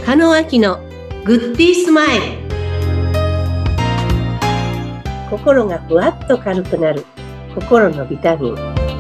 中野明のグッディースマイル。心がふわっと軽くなる心のビタミン。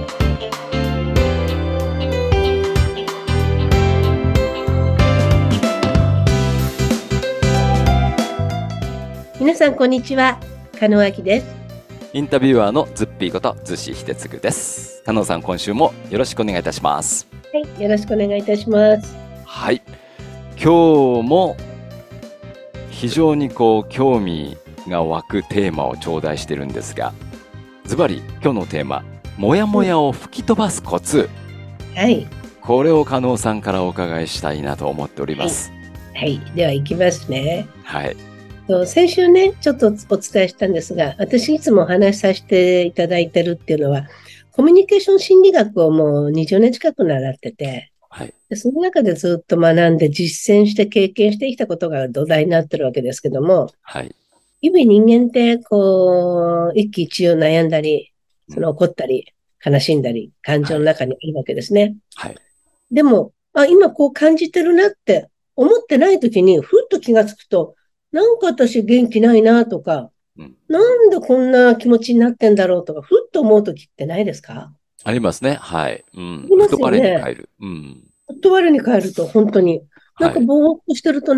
皆さんこんにちは、加納明です。 インタビュアーのズッピーこと逗子秀次です。加納さん、今週もよろしくお願いいたします。 はい、よろしくお願いいたします。 はい、今日も非常に興味が湧くテーマを頂戴してるんですが、ズバリ今日のテーマ、モヤモヤを吹き飛ばすコツ、 はい、 これを加納さんからお伺いしたいなと思っております。 はい、では行きますね。 はい。 先週ね、ちょっとお伝えしたんですが、私いつもお話しさせていただいてるっていうのは、コミュニケーション心理学をもう20年近く習ってて、 はい、 でその中でずっと学んで実践して経験してきたことが土台になってるわけですけども、 はい、 日々人間って一喜一憂悩んだり、怒ったり、悲しんだり、感情の中にいるわけですね。 はい、 でも、今こう感じてるなって思ってない時に、ふっと気がつくと、なんか私元気ないなとか、なんでこんな気持ちになってんだろうとか、ふっと思う時ってないですか？ ありますね。はい。 ありますよ我にね。 返る。 フットワレに変えると、本当に。なんかはい。 ぼーっとしてると、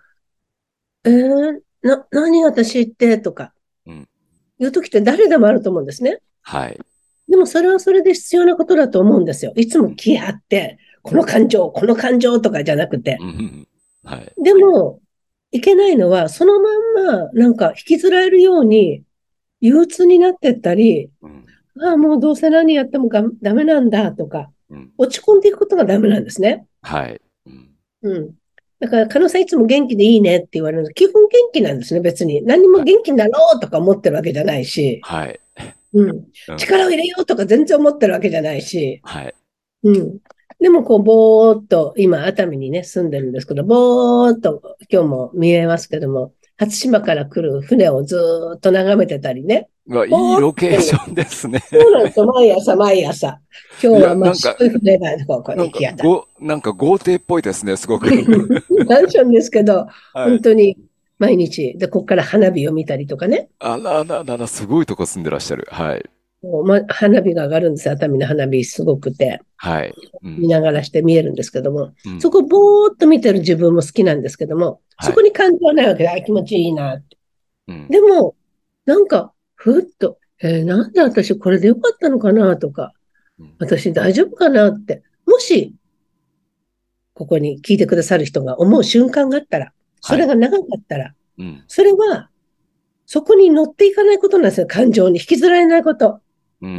何私ってとか、 うん。 いう時って誰でもあると思うんですね。 はい。 でもそれはそれで必要なことだと思うんですよ。いつも気張って、この感情とかじゃなくて。 はい。 でも、いけないのは、そのまんま、なんか引きずられるように、憂鬱になってったり、もうどうせ何やってもダメなんだとか、落ち込んでいくことがダメなんですね。 はい。 うん。だから、加納さんいつも元気でいいねって言われるの、基本元気なんですね、別に。何も元気になろうとか思ってるわけじゃないし、 はい。 力を入れようとか全然思ってるわけじゃないし、 はい。 でも、ぼーっと、今、熱海にね、住んでるんですけど、ぼーっと、今日も見えますけども、初島から来る船をずーっと眺めてたりね。 いいぼーっロケーシと、 ョンですね。 そうなんですよ、毎朝、毎朝。今日いや、 は白い船が、行き当たる。 なんか豪邸っぽいですね、すごく。 マンションですけど、 はい。 本当に毎日、で、ここから花火を見たりとかね。 あらららら、すごいとこ住んでらっしゃる。はい。 花火が上がるんですよ。熱海の花火すごくて。 はい。 見ながらして見えるんですけども、そうん。 こぼーっと見てる自分も好きなんですけども、そはい。 こに感情はないわけで、気持ちいいなって。 うん。 でも、なんか、ふっと、なんで私これでよかったのかなとか、 うん。 私大丈夫かなって、もし、ここに聞いてくださる人が思う瞬間があったら、そはい。 れが長かったら、 うん。 それは、そこに乗っていかないことなんですよ、感情に引きずられないこと。 うん。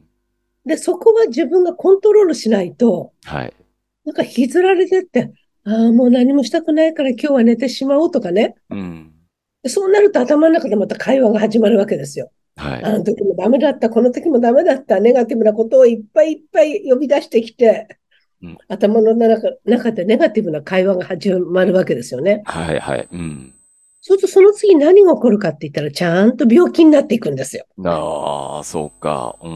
で、そこは自分がコントロールしないと、 はい。 なんか引きずられてって、もう何もしたくないから今日は寝てしまおうとかね。 うん。 でそうなると頭の中でまた会話が始まるわけですよ。 はい。 あの時もダメだった、この時もダメだった、ネガティブなことをいっぱいいっぱい呼び出してきて、 うん。 頭の中でネガティブな会話が始まるわけですよね。 はい。はい。うん。 そうするとその次何が起こるかって言ったら、ちゃんと病気になっていくんですよ。 ああ、そうか。うん。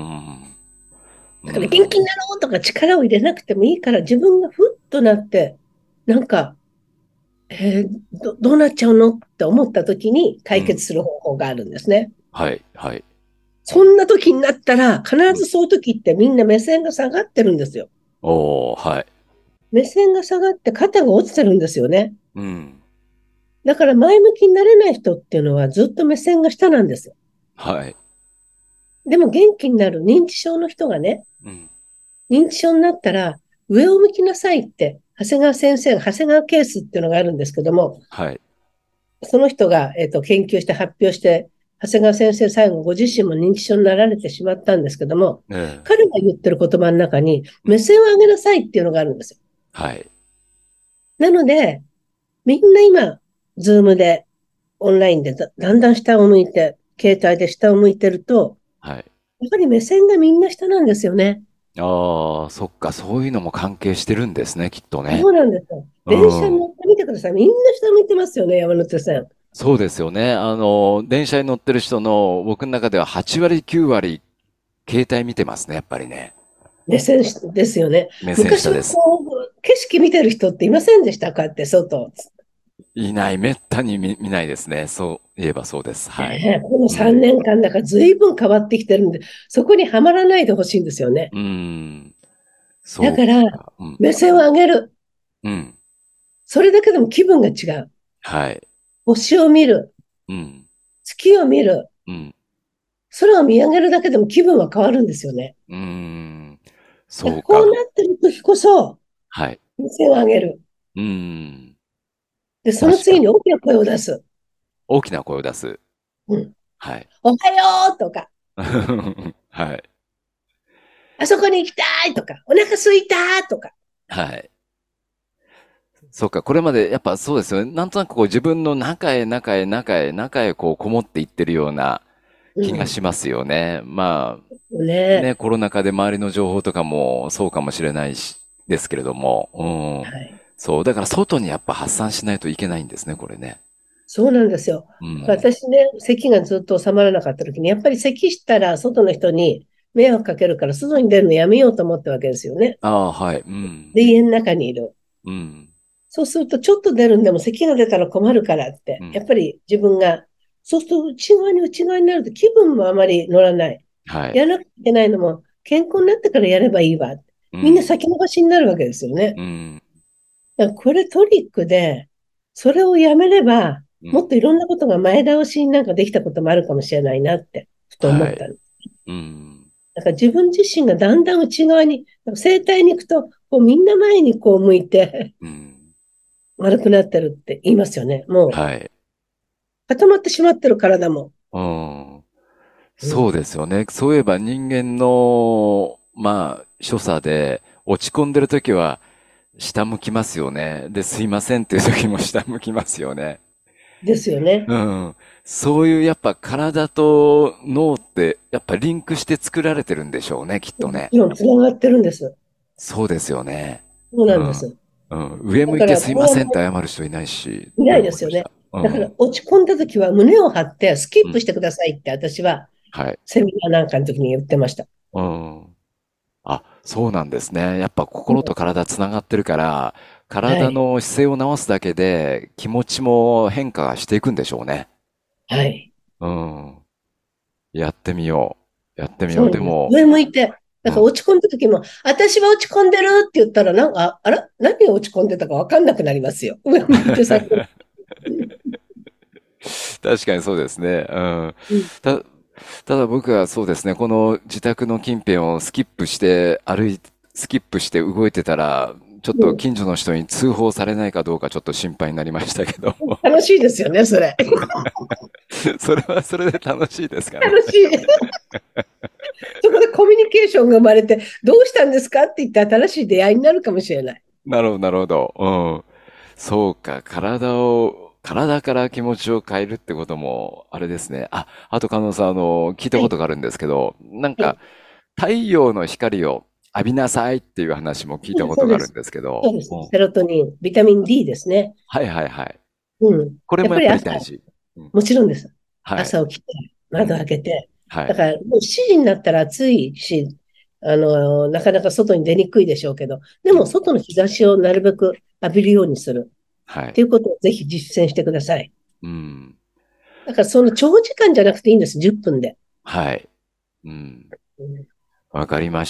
うだから元気にん。 なろうとか力を入れなくてもいいから、自分がふっとなって、なんか、どうなっちゃうのって思った時に解決する方法があるんですね。 はい。はい。 そんな時になったら、必うん。 ずそういう時ってみんな目線が下がってるんですよ。 おー、はい。 目線が下がって肩が落ちてるんですよね。 うん。 だから前向きになれない人っていうのはずっと目線が下なんですよ。 はい。 でも元気になる認知症の人がね、 うん。 認知症になったら上を向きなさいって、長谷川ケースっていうのがあるんですけども、 はい。 その人が、研究して発表して、長谷川先生最後ご自身も認知症になられてしまったんですけども、 ええ。 彼が言ってる言葉の中にうん。 目線を上げなさいっていうのがあるんですよ。 はい。 なので、みんな今、ズームで、オンラインでだんだん下を向いて、携帯で下を向いてると、 はい。 やっぱり目線がみんな下なんですよね。 ああ、そっか。そういうのも関係してるんですね、きっとね。 そうなんですよ。 う電車にん。 乗ってみてください。みんな下向いてますよね、山手線。 そうですよね。電車に乗ってる人の僕の中では8割、9割、携帯見てますね、やっぱりね。 目線ですよね。 目線昔は下です。 景色見てる人っていませんでしたこうやって外。 いない、めったに見ないですね。そういえばそうです。はい。 ねえ、この3 うん。 年間だから随分変わってきてるんで、そこにはまらないでほしいんですよね。 うん。そうだから、 か。うん。 目線を上げる。 うん。 それだけでも気分が違う。 はい。 星を見る。 うん。 月を見る。 うん。 空を見上げるだけでも気分は変わるんですよね。 うん。 だからこうなそうか。 ってる時こそ、 はい。 目線を上げる。 うん。 で、その確かに。 次に大きな声を出す。 大きな声を出す。 うん。 はい。 おはようとか、 はい。 あそこに行きたいとか、お腹空いたとか。 はい。そうか。これまでやっぱそうですよね。なんとなくこう自分の中へこうこもっていってるような気がうん。 しますよね。まあ、 ね。 ね、コロナ禍で周りの情報とかもそうかもしれないし、ですけれども。うん。 はい。 そう。だから外にやっぱ発散しないといけないんですね、これね。 そうなんですよ。 うん。 私ね、咳がずっと収まらなかった時に、やっぱり咳したら外の人に迷惑かけるから、外に出るのやめようと思ったわけですよね。 ああ、はい。うん。 で、家の中にいる。 うん。 そうすると、ちょっと出るんでも咳が出たら困るからって、やうん。 っぱり自分が、そうすると内側になると気分もあまり乗らない。 はい。 やらなきゃいけないのも、健康になってからやればいいわ。みんなうん。 先延ばしになるわけですよね。 うん。 だからこれトリックで、それをやめれば、 うん。 もっといろんなことが前倒しになんかできたこともあるかもしれないなって、ふと思はい。 ったの。 うん。 だから自分自身がだんだん内側に、整体に行くと、こうみんな前にこう向いてうん。 丸くなってるって言いますよね。もうはい。 固まってしまってる体も。 うん。そううん。 ですよね。そういえば人間の、まあ、所作で落ち込んでるときは下向きますよね。で、すいませんっていう時も下向きますよね。 ですよね。 うん。そういうやっぱ体と脳ってやっぱリンクして作られてるんでしょうね、きっとね。 もちろん繋がってるんです。 そうですよね。 そううん。 なんです。 うん。上向いだから、 てすいませんっもやもやて謝る人いないし、 いなっていですよね。 思いました。うだからん。 落ち込んだ時は胸を張ってスキうん。 ップしてくださいって私ははい。 セミナーなんかの時に言ってました。 うん。あ、そうなんですね。やっぱうん。 心と体つながってるから、体はい。 の姿勢を直すだけで気持ちも変化していくんでしょうね。 はい。 うん。やってみよう。やってみよう。 そうなんです。 でも、 上向いて。だからうん。 落ち込んだ時も、私は落ち込んでるって言ったら、なんか、あら何が落ち込んでたかわかんなくなりますよ。上向いて先に。 確かにそうですね。うん。 うん。 た、ただ僕はそうですね、この自宅の近辺をスキップして動いてたら、ちょっとうん。 近所の人に通報されないかどうかちょっと心配になりましたけども。 楽しいですよね、それ。 それはそれで楽しいですかね。 楽しい。そこでコミュニケーションが生まれて、どうしたんですかって言って新しい出会いになるかもしれない。 なるほど、なるほど。うん。そうか、体から気持ちを変えるってことも、あれですね。あ、あと、加納さん、聞いたはい。 ことがあるんですけど、なんか、 はい。 太陽の光を浴びなさいっていう話も聞いたことがあるんそうです。 ですけど、 そうです。 うん。 セロトニン、ビタミン D ですね。 はいはいはい。 うん。 これもやっやっぱり朝、 ぱり大事。うん。 もちろんです。 はい。 朝起きて、窓うん。 開けて。 はい。 だから、もう7時になったら暑いし、なかなか外に出にくいでしょうけど、でもうん。 外の日差しをなるべく浴びるようにする。 はい。 っていうことをぜひ実践してください。 うん。 だからその長時間じゃなくていいんです。10分で。 はい。うん。 うん。 わかりました。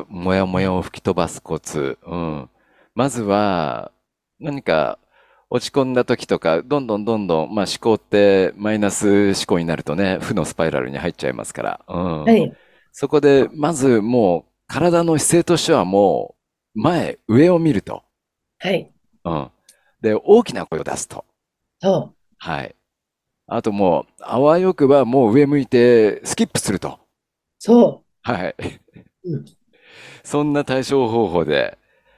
もやもやを吹き飛ばすコツ。うん。まずは、何か落ち込んだ時とか、どんどん、まあ思考ってマイナス思考になるとね、負のスパイラルに入っちゃいますから。うん。 はい。 そこで、まずもう、体の姿勢としてはもう、上を見ると。 はい。 うん。で、大きな声を出すと。 そはい。あともう、あわよくばもう上向いてスキップすると。 そはい。 う。うん。 そんな対処方法で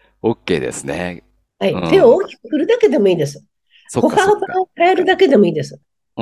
OK ですね。 はい。手をうん。 大きく振るだけでもいいです。 そっ歩幅かそっか。 を変えるだけでもいいです。 うん。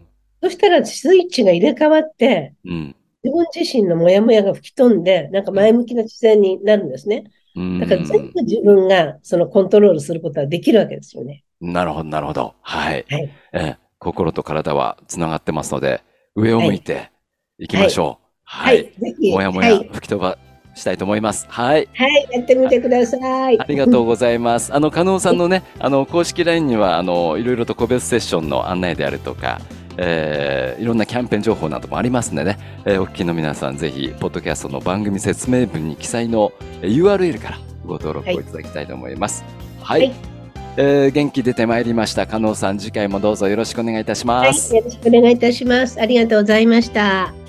そしたらスイッチが入れ替わって、 うん。 自分自身のモヤモヤが吹き飛んで、なんかうん。 前向きな姿勢になるんですね。 うだから全ん。 部自分がそのコントロールすることはできるわけですよね。 なるほど、なるほど。はい。 はい。 心と体はつながってますので、上をはい。 向いていきはい。 ましょう。はい。 はい。ぜひ、 もやもはい。 や吹き飛ばしたいと思います。はい。 はい、やってみてください。 ありがとうございます。加納さんのね、公式 LINE には、いろいろと個別セッションの案内であるとか、いろんなキャンペーン情報などもありますのでね、お聞きの皆さん、ぜひ、ポッドキャストの番組説明文に記載の URL からご登録をいただきたいと思います。はい。元気出てまいりました。加納さん、次回もどうぞよろしくお願いいたします。 はい、よろしくお願いいたします。ありがとうございました。